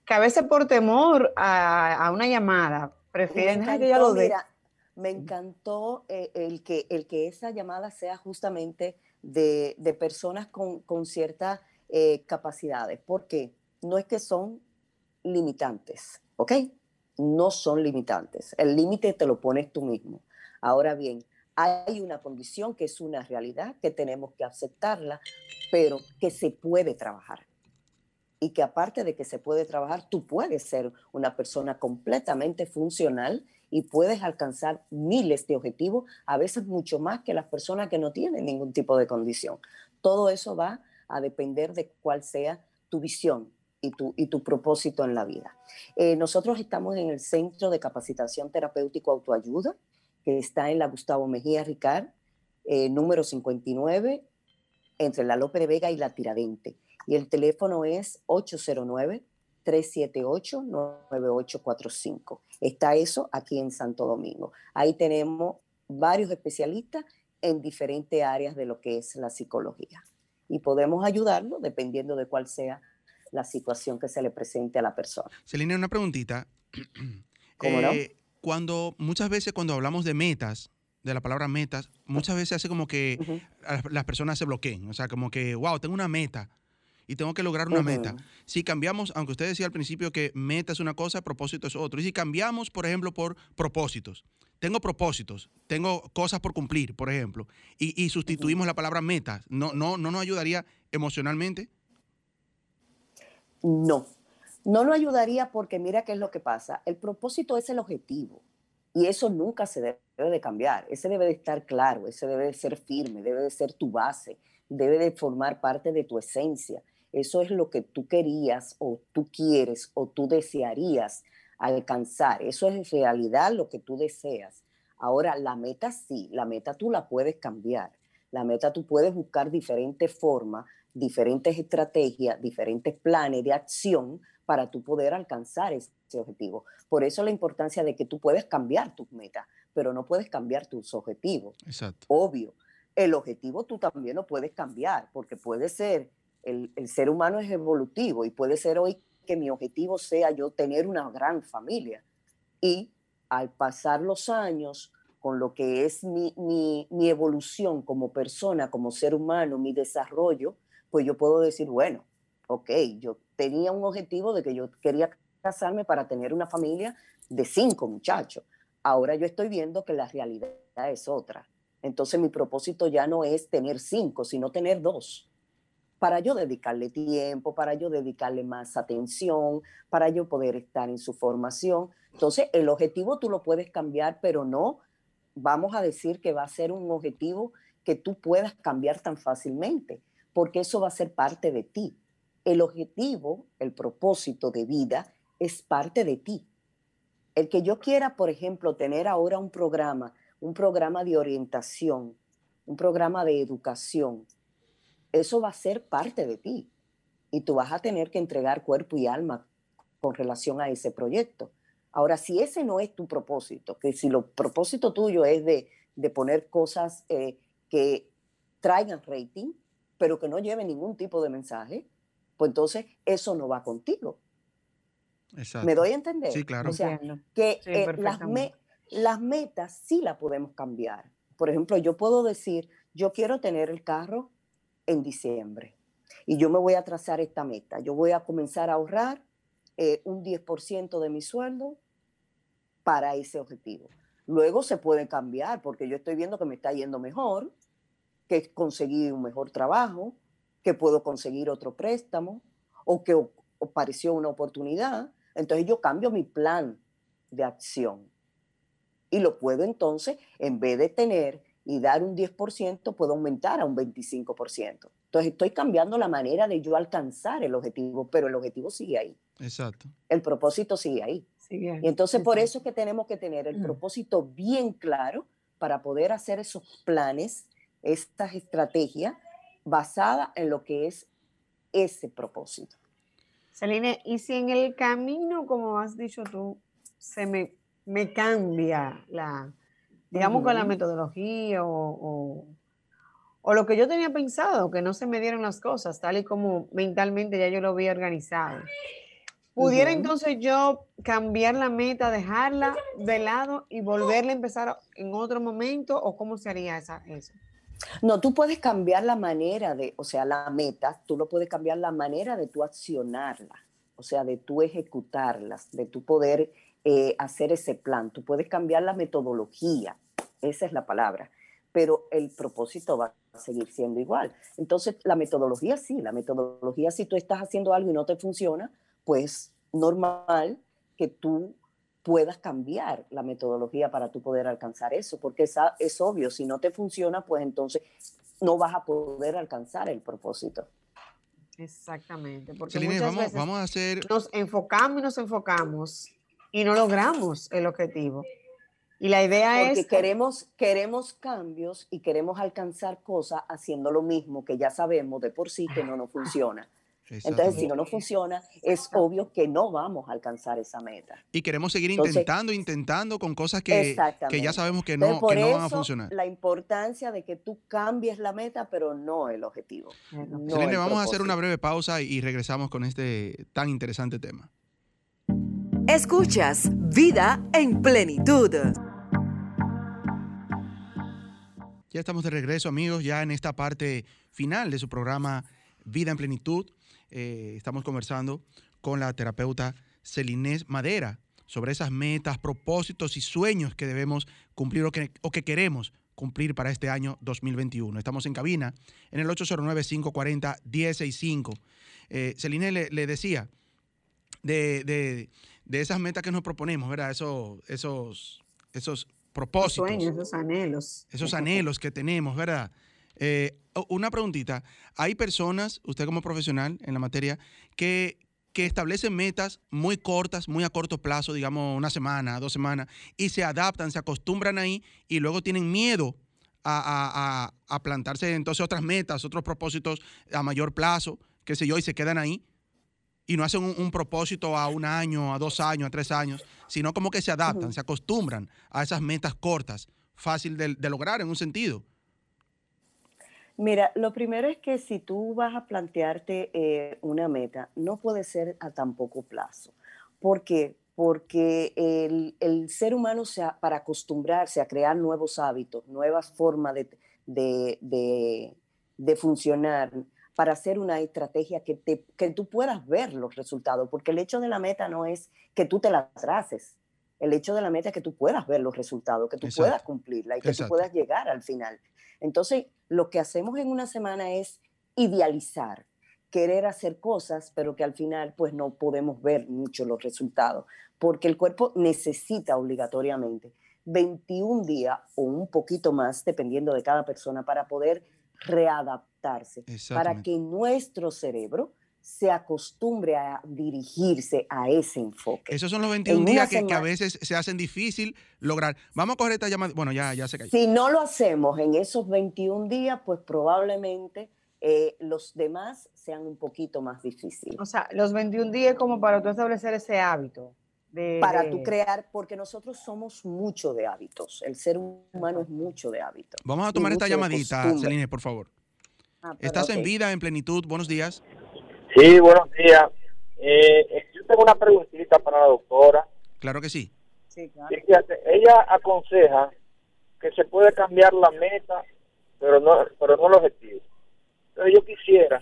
que a veces por temor a, a una llamada, prefieren me dejar que ella lo dé. Mira, me encantó eh, el, que, el que esa llamada sea justamente de, de personas con, con ciertas eh, capacidades, porque no es que son limitantes, ¿ok? No son limitantes. El límite te lo pones tú mismo. Ahora bien, hay una condición que es una realidad, que tenemos que aceptarla, pero que se puede trabajar. Y que aparte de que se puede trabajar, tú puedes ser una persona completamente funcional y puedes alcanzar miles de objetivos, a veces mucho más que las personas que no tienen ningún tipo de condición. Todo eso va a depender de cuál sea tu visión y tu, y tu propósito en la vida. Eh, nosotros estamos en el Centro de Capacitación Terapéutico Autoayuda, que está en la Gustavo Mejía Ricard, eh, número cincuenta y nueve, entre la Lope de Vega y la Tiradente. Y el teléfono es ocho cero nueve, tres siete ocho, nueve ocho cuatro cinco. Está eso aquí en Santo Domingo. Ahí tenemos varios especialistas en diferentes áreas de lo que es la psicología. Y podemos ayudarlo dependiendo de cuál sea la situación que se le presente a la persona. Celina, una preguntita. ¿Cómo no? Eh, cuando, muchas veces cuando hablamos de metas, de la palabra metas, muchas veces hace como que Uh-huh. las, las personas se bloqueen. O sea, como que, wow, tengo una meta y tengo que lograr una Uh-huh. meta. Si cambiamos, aunque usted decía al principio que meta es una cosa, propósito es otro. Y si cambiamos, por ejemplo, por propósitos. Tengo propósitos, tengo cosas por cumplir, por ejemplo, y, y sustituimos uh-huh. la palabra metas, ¿no, no, ¿no nos ayudaría emocionalmente? No, no nos ayudaría porque mira qué es lo que pasa. El propósito es el objetivo y eso nunca se debe de cambiar. Ese debe de estar claro, ese debe de ser firme, debe de ser tu base, debe de formar parte de tu esencia. Eso es lo que tú querías o tú quieres o tú desearías alcanzar. Eso es en realidad lo que tú deseas. Ahora, la meta sí, la meta tú la puedes cambiar. La meta tú puedes buscar diferentes formas, diferentes estrategias, diferentes planes de acción para tú poder alcanzar ese objetivo. Por eso la importancia de que tú puedes cambiar tus metas, pero no puedes cambiar tus objetivos. Exacto. Obvio, el objetivo tú también lo puedes cambiar, porque puede ser, el, el ser humano es evolutivo y puede ser hoy que mi objetivo sea yo tener una gran familia. Y al pasar los años, con lo que es mi, mi, mi evolución como persona, como ser humano, mi desarrollo, pues yo puedo decir, bueno, ok, yo tenía un objetivo de que yo quería casarme para tener una familia de cinco muchachos. Ahora yo estoy viendo que la realidad es otra. Entonces mi propósito ya no es tener cinco, sino tener dos. Para yo dedicarle tiempo, para yo dedicarle más atención, para yo poder estar en su formación. Entonces el objetivo tú lo puedes cambiar, pero no vamos a decir que va a ser un objetivo que tú puedas cambiar tan fácilmente, porque eso va a ser parte de ti. El objetivo, el propósito de vida es parte de ti. El que yo quiera, por ejemplo, tener ahora un programa, un programa de orientación, un programa de educación, eso va a ser parte de ti. Y tú vas a tener que entregar cuerpo y alma con relación a ese proyecto. Ahora, si ese no es tu propósito, que si el propósito tuyo es de, de poner cosas eh, que traigan rating, pero que no lleven ningún tipo de mensaje, pues entonces eso no va contigo. Exacto. ¿Me doy a entender? Sí, claro. O sea, que sí, eh, las, me, las metas sí las podemos cambiar. Por ejemplo, yo puedo decir, yo quiero tener el carro en diciembre y yo me voy a trazar esta meta. Yo voy a comenzar a ahorrar eh, un diez por ciento de mi sueldo para ese objetivo. Luego se puede cambiar porque yo estoy viendo que me está yendo mejor, que conseguí un mejor trabajo, que puedo conseguir otro préstamo o que apareció una oportunidad. Entonces yo cambio mi plan de acción y lo puedo entonces, en vez de tener y dar un diez por ciento, puedo aumentar a un veinticinco por ciento. Entonces estoy cambiando la manera de yo alcanzar el objetivo, pero el objetivo sigue ahí. Exacto. El propósito sigue ahí. Sigue ahí. Y entonces sí, por sí. eso es que tenemos que tener el propósito bien claro para poder hacer esos planes, estas estrategias basadas en lo que es ese propósito. Celine, y si en el camino, como has dicho tú, se me, me cambia la, digamos, uh-huh. con la metodología o, o, o lo que yo tenía pensado, que no se me dieron las cosas, tal y como mentalmente ya yo lo había organizado. ¿Pudiera Ujú. entonces yo cambiar la meta, dejarla de lado y volverla a empezar en otro momento? ¿O cómo se haría esa, eso? No, tú puedes cambiar la manera de, o sea, la meta, tú lo puedes cambiar la manera de tú accionarla, o sea, de tú ejecutarlas, de tú poder eh, hacer ese plan. Tú puedes cambiar la metodología, esa es la palabra, pero el propósito va a seguir siendo igual. Entonces, la metodología sí, la metodología, si tú estás haciendo algo y no te funciona, pues normal que tú puedas cambiar la metodología para tú poder alcanzar eso, porque esa, es obvio, si no te funciona, pues entonces no vas a poder alcanzar el propósito. Exactamente, porque Celine, muchas vamos, veces vamos a hacer, nos enfocamos y nos enfocamos y no logramos el objetivo. Y la idea Porque es, queremos, queremos cambios y queremos alcanzar cosas haciendo lo mismo que ya sabemos de por sí que no nos funciona. Entonces, si exactamente. no nos funciona, es obvio que no vamos a alcanzar esa meta. Y queremos seguir Entonces, intentando, intentando con cosas que, que ya exactamente. sabemos que Entonces, no, por que no van a eso funcionar. la importancia de que tú cambies la meta, pero no el objetivo, no Celine, el vamos a hacer propósito. una breve pausa y regresamos con este tan interesante tema. Escuchas Vida en Plenitud. Ya estamos de regreso, amigos, ya en esta parte final de su programa Vida en Plenitud. Eh, estamos conversando con la terapeuta Celine Madera sobre esas metas, propósitos y sueños que debemos cumplir o que, o que queremos cumplir para este año dos mil veintiuno. Estamos en cabina en el ocho cero nueve, cinco cuatro cero, uno cero seis cinco. Eh, Celine le, le decía de, de, de esas metas que nos proponemos, ¿verdad? Esos, esos, esos propósitos. Esos sueños, esos anhelos. Esos anhelos que tenemos, ¿verdad? Eh, una preguntita. Hay personas, usted como profesional en la materia, que, que establecen metas muy cortas, muy a corto plazo, digamos una semana, dos semanas, y se adaptan, se acostumbran ahí y luego tienen miedo a, a, a, a plantarse entonces otras metas, otros propósitos a mayor plazo, qué sé yo, y se quedan ahí y no hacen un, un propósito a un año, a dos años, a tres años, sino como que se adaptan, Ujú. se acostumbran a esas metas cortas, fácil de, de lograr en un sentido. Mira, lo primero es que si tú vas a plantearte eh, una meta, no puede ser a tan poco plazo. ¿Por qué? Porque el, el ser humano, se ha- para acostumbrarse a crear nuevos hábitos, nuevas formas de, de, de- de funcionar, para hacer una estrategia que, te, que tú puedas ver los resultados, porque el hecho de la meta no es que tú te la traces. El hecho de la meta es que tú puedas ver los resultados, que tú Exacto. puedas cumplirla y que tú Exacto. puedas llegar al final. Entonces, lo que hacemos en una semana es idealizar, querer hacer cosas, pero que al final pues no podemos ver mucho los resultados, porque el cuerpo necesita obligatoriamente veintiún días o un poquito más, dependiendo de cada persona, para poder readaptarse, para Exactamente. que nuestro cerebro se acostumbre a dirigirse a ese enfoque. Esos son los En veintiún una días que, que a semana, veces se hacen difícil lograr. Vamos a coger esta llamada. Bueno, ya, ya se cayó. si no lo hacemos en esos veintiún días, pues probablemente eh, los demás sean un poquito más difíciles. O sea, los veintiún días como para tú establecer ese hábito. De, Para de- tú crear, porque nosotros somos mucho de hábitos, el ser humano es mucho de hábitos. Vamos a y tomar esta mucho de llamadita, costumbre. Celine, por favor. Ah, pero Estás en ok. Vida en Plenitud. Buenos días. Sí, buenos días. Eh, yo tengo una preguntita para la doctora. Claro que sí. Sí, claro. Y fíjate, ella aconseja que se puede cambiar la meta, pero no, pero no el objetivo. Entonces yo quisiera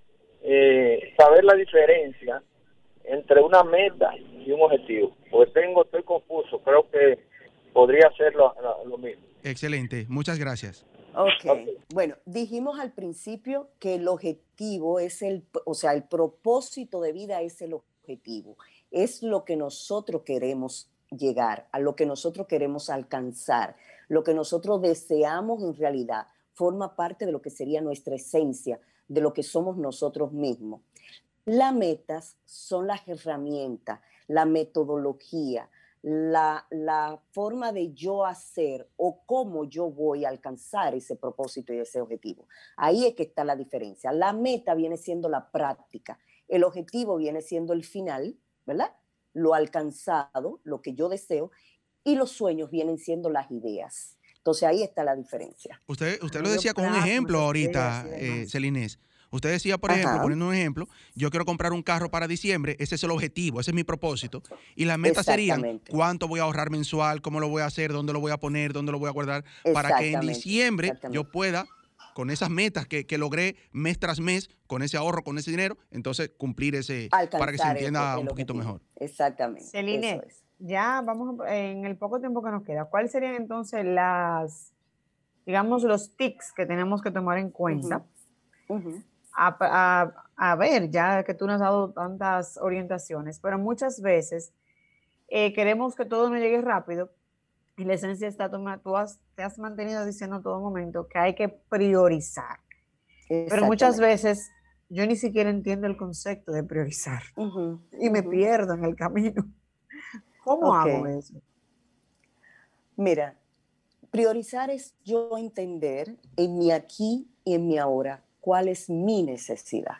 eh, saber la diferencia entre una meta y un objetivo, porque tengo, estoy confuso. Creo que podría ser lo, lo, lo mismo. Excelente. Muchas gracias. Ok, Ok. bueno, dijimos al principio que el objetivo es el, o sea, el propósito de vida es el objetivo, es lo que nosotros queremos llegar, a lo que nosotros queremos alcanzar, lo que nosotros deseamos en realidad, forma parte de lo que sería nuestra esencia, de lo que somos nosotros mismos. Las metas son las herramientas, la metodología, la, la forma de yo hacer o cómo yo voy a alcanzar ese propósito y ese objetivo. Ahí es que está la diferencia. La meta viene siendo la práctica, el objetivo viene siendo el final, ¿verdad? Lo alcanzado, lo que yo deseo, y los sueños vienen siendo las ideas. Entonces ahí está la diferencia. Usted, usted A lo medio decía con un plazo, ejemplo esas ahorita, ideas y eh, demás. Celine. Usted decía, por ejemplo, Ajá. poniendo un ejemplo, yo quiero comprar un carro para diciembre, ese es el objetivo, ese es mi propósito. Y las metas serían Exactamente. cuánto voy a ahorrar mensual, cómo lo voy a hacer, dónde lo voy a poner, dónde lo voy a guardar, para que en Exactamente. diciembre Exactamente. yo pueda, con esas metas que, que logré mes tras mes, con ese ahorro, con ese dinero, entonces cumplir ese, para que se Alcanzar el, entienda el un poquito objetivo. mejor. Exactamente. Celine, Eso es. ya vamos a- en el poco tiempo que nos queda, ¿cuáles serían entonces las, digamos, los tics que tenemos que tomar en cuenta? Ujú. Ujú. A, a- a ver, ya que tú nos has dado tantas orientaciones, pero muchas veces eh, queremos que todo nos llegue rápido y la esencia está, toma- tú has, te has mantenido diciendo en todo momento que hay que priorizar, pero muchas Exactamente. veces yo ni siquiera entiendo el concepto de priorizar Ujú. y me Ujú. pierdo en el camino. ¿Cómo Ok. hago eso? Mira, priorizar es yo entender en mi aquí y en mi ahora cuál es mi necesidad,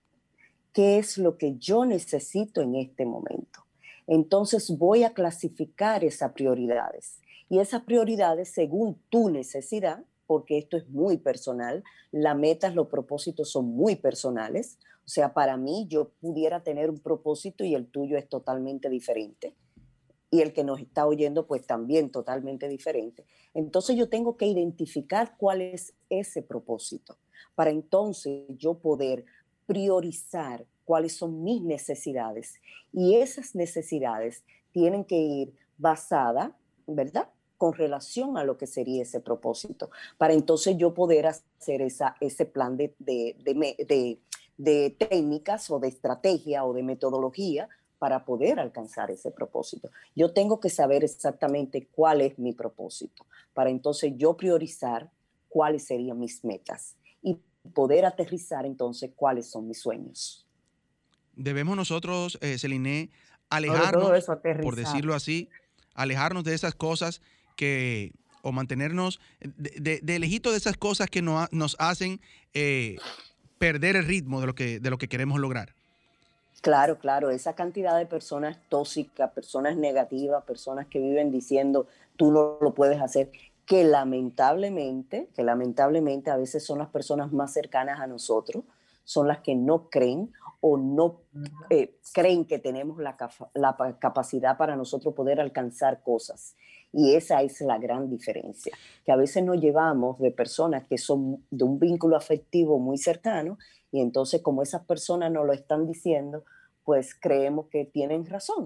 qué es lo que yo necesito en este momento. Entonces voy a clasificar esas prioridades y esas prioridades según tu necesidad, porque esto es muy personal, las metas, los propósitos son muy personales. O sea, para mí yo pudiera tener un propósito y el tuyo es totalmente diferente. Y el que nos está oyendo, pues también totalmente diferente. Entonces yo tengo que identificar cuál es ese propósito para entonces yo poder priorizar cuáles son mis necesidades. Y esas necesidades tienen que ir basadas, ¿verdad?, con relación a lo que sería ese propósito, para entonces yo poder hacer esa, ese plan de, de, de, de, de técnicas o de estrategia o de metodología para poder alcanzar ese propósito. Yo tengo que saber exactamente cuál es mi propósito, para entonces yo priorizar cuáles serían mis metas y poder aterrizar entonces cuáles son mis sueños. Debemos nosotros, eh, Celine, Sobre todo alejarnos, eso, por aterrizar. decirlo así, alejarnos de esas cosas que, o mantenernos, de, de, de lejito de esas cosas que no, nos hacen eh, perder el ritmo de lo que, de lo que queremos lograr. Claro, claro, esa cantidad de personas tóxicas, personas negativas, personas que viven diciendo tú no lo puedes hacer, que lamentablemente, que lamentablemente a veces son las personas más cercanas a nosotros, son las que no creen o no eh, creen que tenemos la, la capacidad para nosotros poder alcanzar cosas. Y esa es la gran diferencia, que a veces nos llevamos de personas que son de un vínculo afectivo muy cercano y entonces como esas personas nos lo están diciendo, pues creemos que tienen razón.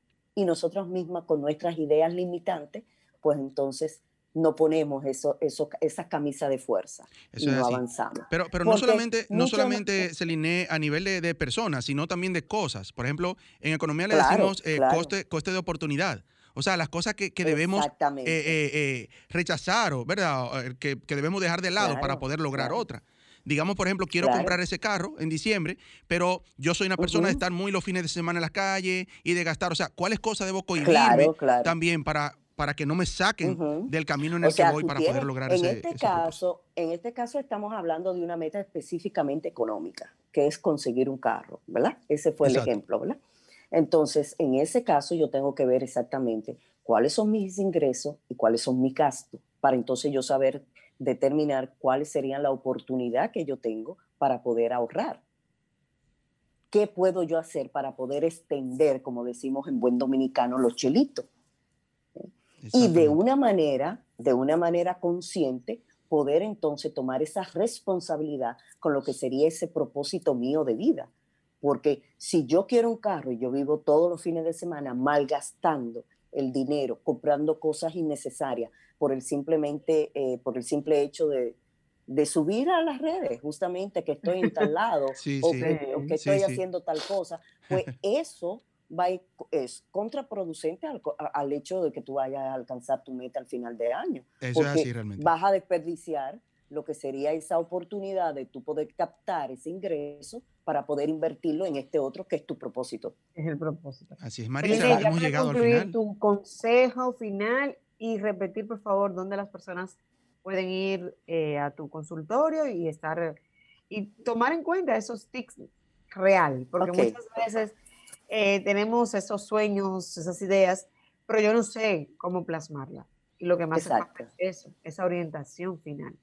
Y nosotros mismas con nuestras ideas limitantes, pues entonces no ponemos eso, eso, esa camisa de fuerza Eso y es no así. avanzamos. Pero, pero no Porque solamente, no mucho solamente Celine, a nivel de, de personas, sino también de cosas. Por ejemplo, en economía le Claro, decimos eh, claro. coste, coste de oportunidad. O sea, las cosas que, que debemos eh, Exactamente. eh, eh, rechazar, o, ¿verdad? Eh, Que, que debemos dejar de lado para Claro, poder lograr claro. otra. Digamos, por ejemplo, quiero Claro. comprar ese carro en diciembre, pero yo soy una persona de Ujú. estar muy los fines de semana en las calles y de gastar. O sea, ¿cuáles cosas debo cohibirme Claro, claro. también para, para que no me saquen Ujú. del camino en O el que sea, voy tú para poder tienes, lograr en ese, este ese propósito? caso, en este caso estamos hablando de una meta específicamente económica, que es conseguir un carro, ¿verdad? Ese fue el Exacto. ejemplo, ¿verdad? Entonces, en ese caso yo tengo que ver exactamente cuáles son mis ingresos y cuáles son mis gastos, para entonces yo saber determinar cuáles serían la oportunidad que yo tengo para poder ahorrar. ¿Qué puedo yo hacer para poder extender, como decimos en buen dominicano, los chelitos? Y de una manera, de una manera consciente, poder entonces tomar esa responsabilidad con lo que sería ese propósito mío de vida. Porque si yo quiero un carro y yo vivo todos los fines de semana malgastando el dinero, comprando cosas innecesarias por el, simplemente, eh, por el simple hecho de, de subir a las redes, justamente que estoy en tal lado Sí, o, sí. que, o que Sí, estoy sí. haciendo tal cosa, pues eso va a ir, es contraproducente al, al hecho de que tú vayas a alcanzar tu meta al final de año. Eso Porque es así realmente. vas a desperdiciar lo que sería esa oportunidad de tú poder captar ese ingreso para poder invertirlo en este otro que es tu propósito. Es el propósito. Así es, Celine, Marisa, ya hemos para llegado al concluir final. tu consejo final y repetir, por favor, dónde las personas pueden ir eh, a tu consultorio y estar y tomar en cuenta esos tics real, porque Ok. muchas veces eh, tenemos esos sueños, esas ideas, pero yo no sé cómo plasmarla. Y lo que más hace falta Exacto. es eso, esa orientación final.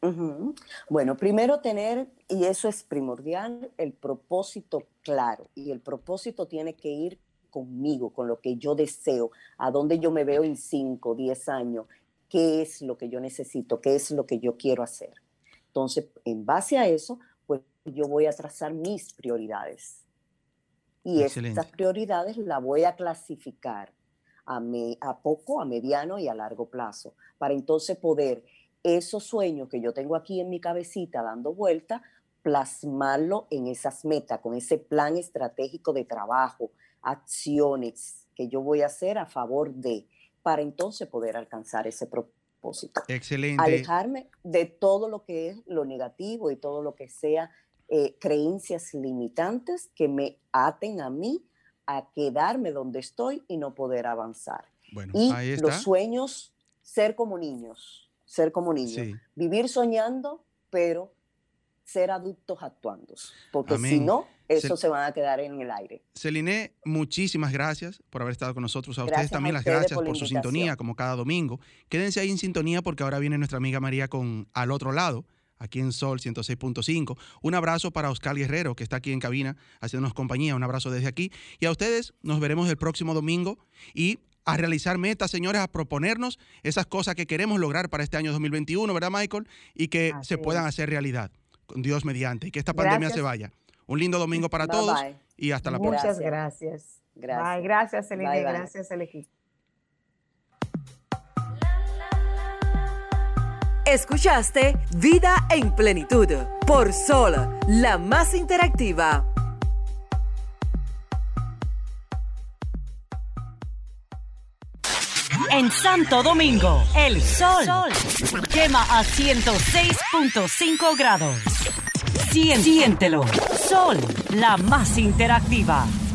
Uh-huh. Bueno, primero tener, y eso es primordial, el propósito claro. Y el propósito tiene que ir conmigo, con lo que yo deseo, a dónde yo me veo en cinco, diez años, qué es lo que yo necesito, qué es lo que yo quiero hacer. Entonces, en base a eso, pues yo voy a trazar mis prioridades. Y Excelente. estas prioridades las voy a clasificar a, me, a poco, a mediano y a largo plazo, para entonces poder esos sueños que yo tengo aquí en mi cabecita dando vuelta, plasmarlo en esas metas, con ese plan estratégico de trabajo, acciones que yo voy a hacer a favor de, para entonces poder alcanzar ese propósito. Excelente. Alejarme de todo lo que es lo negativo y todo lo que sea eh, creencias limitantes que me aten a mí a quedarme donde estoy y no poder avanzar. Bueno, y ahí está. Los sueños, ser como niños. Ser como niños, sí. Vivir soñando, pero ser adultos actuando, porque Amén. Si no, eso se, se van a quedar en el aire. Celine, muchísimas gracias por haber estado con nosotros. A gracias ustedes también a ustedes las gracias por, por su sintonía, como cada domingo. Quédense ahí en sintonía porque ahora viene nuestra amiga María con Al Otro Lado, aquí en Sol ciento seis punto cinco. Un abrazo para Oscar Guerrero, que está aquí en cabina haciéndonos compañía. Un abrazo desde aquí. Y a ustedes nos veremos el próximo domingo y a realizar metas, señores, a proponernos esas cosas que queremos lograr para este año dos mil veintiuno, ¿verdad, Michael? Y que Así se puedan es. hacer realidad, con Dios mediante, y que esta pandemia gracias. se vaya. Un lindo domingo para bye, todos bye. y hasta la Muchas próxima. Muchas gracias. Gracias. Bye, gracias, Celine. Bye, bye. Gracias al equipo. Escuchaste Vida en Plenitud por Sol, la más interactiva. En Santo Domingo, el sol, sol quema a ciento seis punto cinco grados. Siéntelo. Sol, la más interactiva.